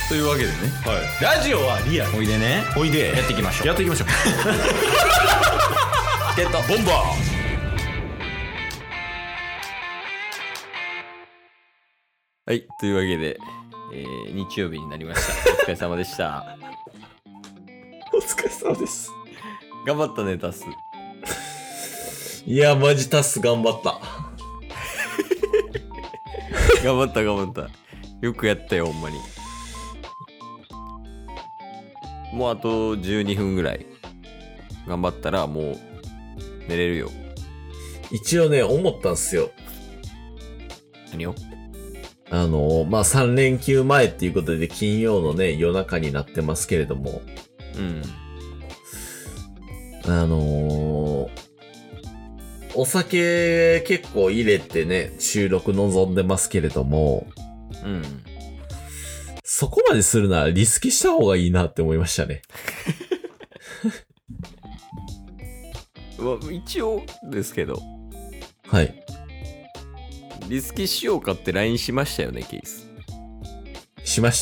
というわけでね、 はい、ラジオはリアル。 おいでね、 おいでやっていきましょう。 やっていきましょう。 ゲットボンバはい、というわけで、日曜日になりました。お疲れ様でした。 ー。お疲れ様です。 頑張ったね、タス。 いや、マジタス頑張った。 頑張った頑張った。よくやったよ、ほんまに。もうあと12分ぐらい頑張ったらもう寝れるよ。 一応ね、思ったんすよ。 何を？ まあ、3連休前っていうことで金曜のね、夜中になってますけれども。 うん。 お酒結構入れてね、収録望んでますけれども。 うん。 そこまでするならリスケした方がいいなって思いましたね。 一応ですけど。 はい。 リスケしようかって LINE しましたよね、ケース。 しました。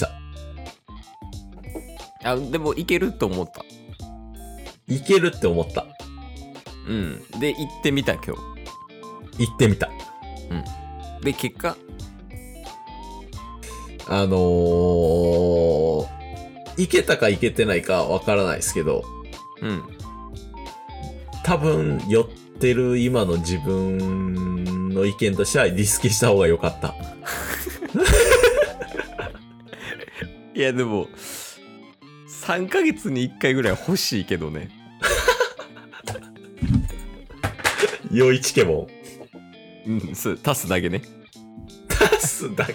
でもいけると思った。 いけるって思った。 うん。で、行ってみた今日。 行ってみた。 うん。で、結果いけたかいけてないかわからないですけど、 うん。 多分酔ってる今の自分の意見としてはリスケした方が良かった。 いやでも3ヶ月に1回ぐらい欲しいけどね。 酔いチケモン。うん、そう、足すだけね。 足すだけ。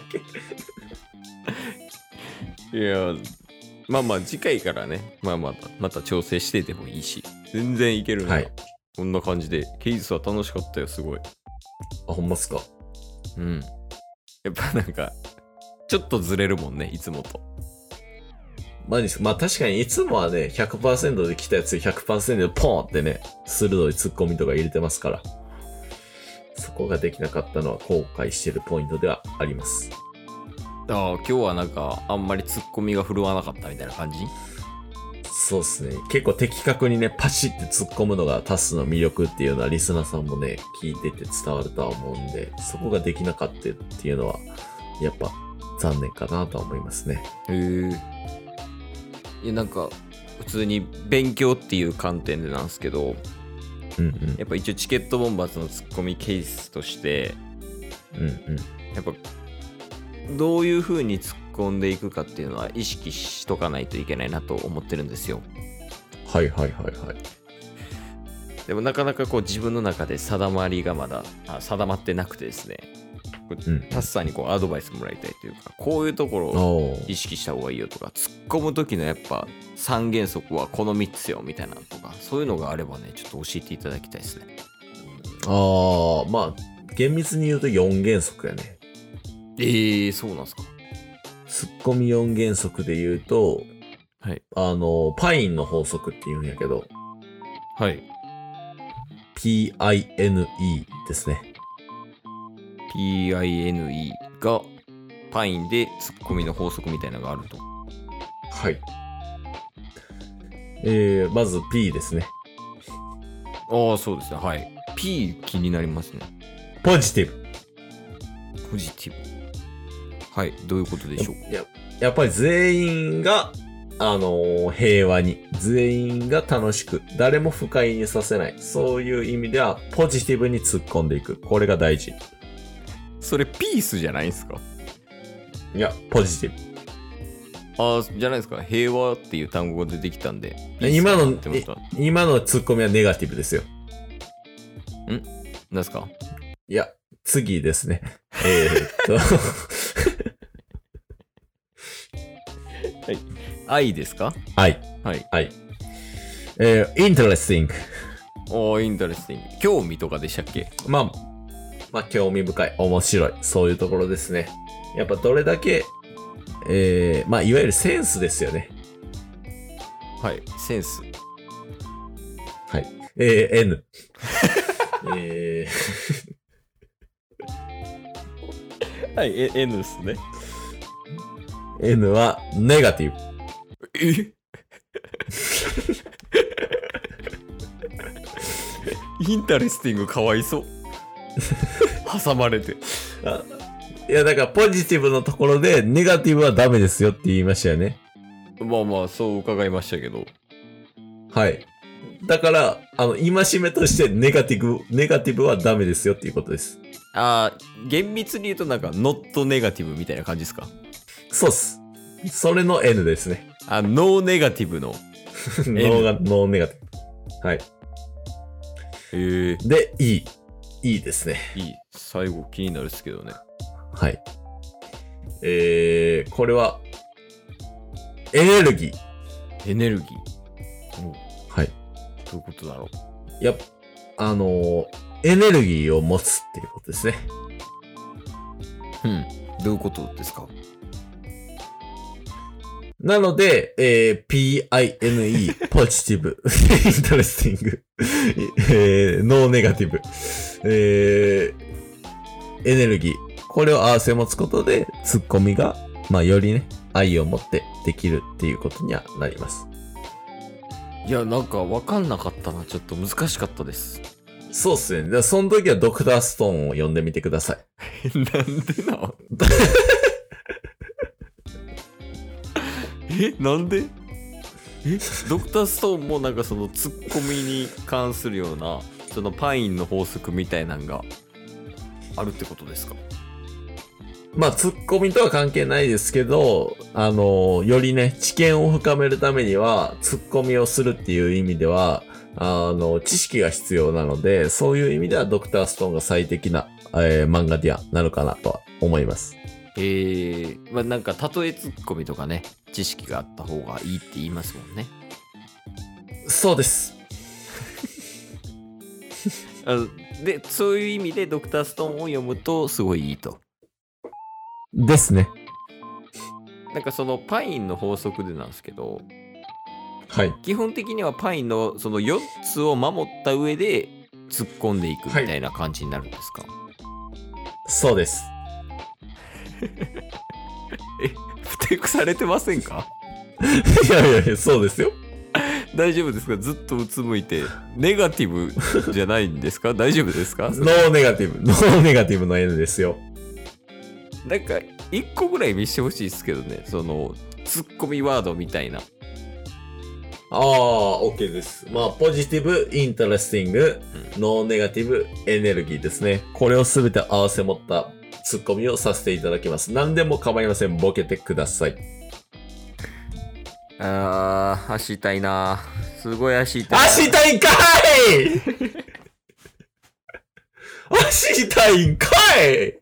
いや、まあまあ次回からね、また調整してでもいいし、全然いけるね。はい。こんな感じで、ケイスは楽しかったよ、すごい。 あ、ほんまっすか。 うん。やっぱなんか、ちょっとずれるもんね、いつもと。 マジですか。まあ確かにいつもはね、100% で来たやつ 100% でポーンってね、鋭いツッコミとか入れてますから。そこができなかったのは後悔してるポイントではあります。 今日はなんかあんまりツッコミが振るわなかったみたいな感じ？ そうっすね。結構的確にね、パシって突っ込むのがタスの魅力っていうのはリスナーさんもね、聞いてて伝わるとは思うんで、そこができなかったっていうのは、やっぱ残念かなとは思いますね。 いやなんか、普通に勉強っていう観点でなんですけど、やっぱ一応チケットボンバーズのツッコミケースとして、やっぱどういう風に突っ込んでいくかっていうのは意識しとかないといけないなと思ってるんですよ。 はい。 でもなかなかこう自分の中で定まりがまだ定まってなくてですね、タスさんにこうアドバイスもらいたいというか、こういうところを意識した方がいいよとか、突っ込む時のやっぱ3原則はこの3つよみたいなとか、そういうのがあればね、ちょっと教えていただきたいですね。 まあ厳密に言うと4原則やね。 そうなんすか。 ツッコミ4原則で言うと、 はい。 パインの法則って言うんやけど、 はい。 PINE ですね。 PINE がパインでツッコミの法則みたいなのがあると。 はい。まず P ですね。 そうですね。はい。P 気になりますね。 ポジティブ。 ポジティブ。はい。どういうことでしょう？ やっぱり全員が、平和に、全員が楽しく、誰も不快にさせない。そういう意味では、ポジティブに突っ込んでいく。これが大事。 それピースじゃないんすか？ いや、ポジティブ。じゃないですか。平和っていう単語が出てきたんで。 今のツッコミはネガティブですよ。 なんすか？ いや、次ですね。 はい。愛ですか？ 愛。 はい。 interesting。 interesting。興味とかでしたっけ？ まあ、興味深い、面白い。そういうところですね。やっぱどれだけ、いわゆるセンスですよね。 はい。センス。 はい。N。 はい、N ですね。 N はネガティブ。 えインタレスティングかわいそう。挟まれて。 いや、だからポジティブのところでネガティブはダメですよって言いましたよね。 まあまあ、そう伺いましたけど。 はい。だから、戒めとしてネガティブはダメですよっていうことです。 厳密に言うとなんか、not ネガティブみたいな感じですか？ そうっす。それの N ですね。 ノーネガティブの。 ノーネガティブ。はい。で、いいですね。 いい。最後気になるっすけどね。 はい。これは、エネルギー。 エネルギー。 はい。 どういうことだろう。エネルギーを持つっていうことですね。 どういうことですか？ なので、PINE、ポジティブ、インタレスティング、ノーネガティブ、エネルギー。これを合わせ持つことで、ツッコミが、よりね、愛を持ってできるっていうことにはなります。 いや、なんか分かんなかったな。ちょっと難しかったです。 そうっすね。その時はドクターストーンを読んでみてください。 なんでななんでドクターストーンもなんかそのツッコミに関するようなそのパインの法則みたいなのがあるってことですか？ ツッコミとは関係ないですけど、よりね、知見を深めるためには、ツッコミをするっていう意味では、知識が必要なので、そういう意味ではドクターストーンが最適な、漫画にはなるかなとは思います。 なんか例えツッコミとかね、知識があった方がいいって言いますもんね。 そうです。 で、そういう意味でドクターストーンを読むとすごいいいと。 ですね。 なんかそのパインの法則でなんですけど、 はい。 基本的にはパインのその4つを守った上で突っ込んでいくみたいな感じになるんですか？ そうです。 ふてくされてませんか？ いや、そうですよ。 大丈夫ですか？ずっとうつむいてネガティブじゃないんですか？大丈夫ですか？ ノーネガティブの N ですよ。 なんか1個ぐらい見してほしいですけどね、そのツッコミワードみたいな。 OK です。ポジティブ、インタレスティング、ノーネガティブ、エネルギーですね。これをすべて合わせ持ったツッコミをさせていただきます。何でも構いません。ボケてください。 足痛いな。すごい足痛い。 足痛いんかい足痛いんかい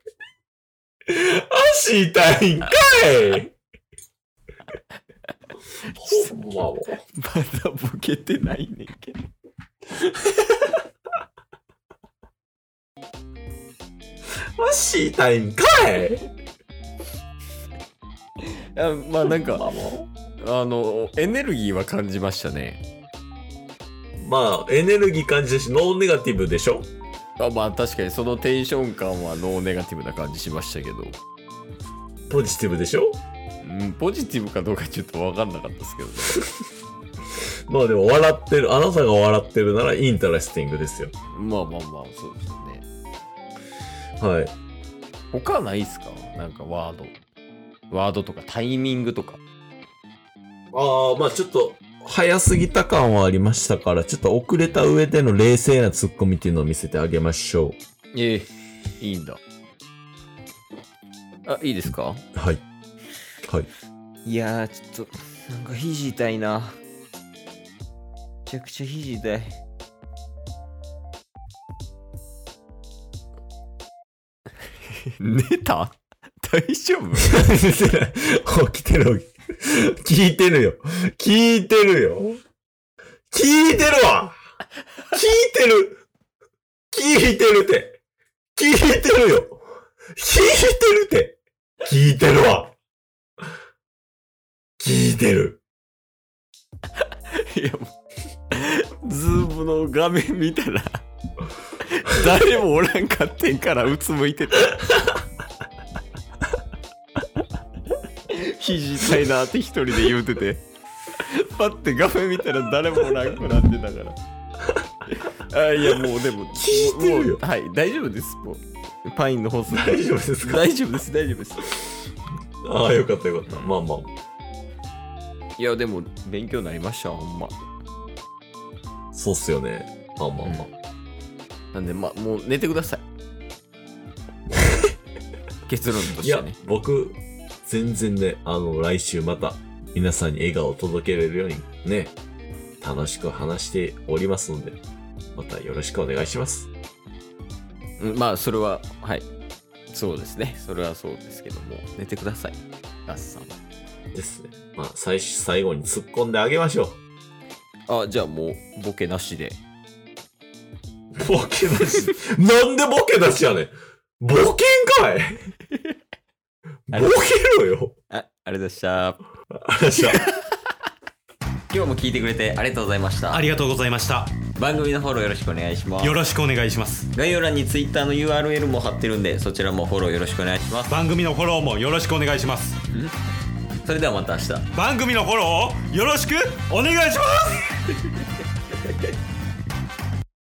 足痛いんかいほんまも。 まだボケてないねんけど。 足痛いんかいなんか、エネルギーは感じましたね。 エネルギー感じるし、ノーネガティブでしょ？ 確かにそのテンション感はノーネガティブな感じしましたけど。 ポジティブでしょ？ ポジティブかどうかちょっと分かんなかったですけどね。でも笑ってる、あなたが笑ってるならインタレスティングですよ。 そうですよね。 はい。 他ないっすか？なんかワードとかタイミングとか。 ちょっと早すぎた感はありましたから、ちょっと遅れた上での冷静なツッコミっていうのを見せてあげましょう。 いいんだ。いいですか？ はい。 いやー、ちょっとなんか肘痛いな。めちゃくちゃ肘痛い。寝た？大丈夫？ 起きてる。聞いてるよ。聞いてるわ。聞いてるって聞いてるよ。聞いてるわ。聞いてる。 いや、もうズームの画面見たら誰もおらんかってんからうつむいてた。 肘痛いなって一人で言うててパッて画面見たら誰もおらんくなってたからいやもうでも聞いてるよ。 はい、大丈夫です。もうパインのホス大丈夫ですか？ 大丈夫です、大丈夫です。 ああ、よかったよかった。まあまあ。 いやでも勉強になりました、ほんま。 そうっすよね。まあまあまあ。 なんでもう寝てください。結論といやしてね。、 僕、全然ね、来週また皆さんに笑顔を届けれるようにね、楽しく話しておりますので、またよろしくお願いします。 まあそれははい、そうですね、それはそうですけども、寝てください、ガスさん。 ですね。まあ最後に突っ込んであげましょあ、じゃあもうボケなしで。 う。ボケなしなんでボケなしやねん。ボケんかいボケろよ。 ありがとうございました。 ありがとう今日も聞いてくれてありがとうございました。 ありがとうございました。 番組のフォローよろしくお願いします。 よろしくお願いします。 概要欄に Twitter の URL も貼ってるんで、そちらもフォローよろしくお願いします。 番組のフォローもよろしくお願いします。 それではまた明日。 番組のフォローをよろしくお願いします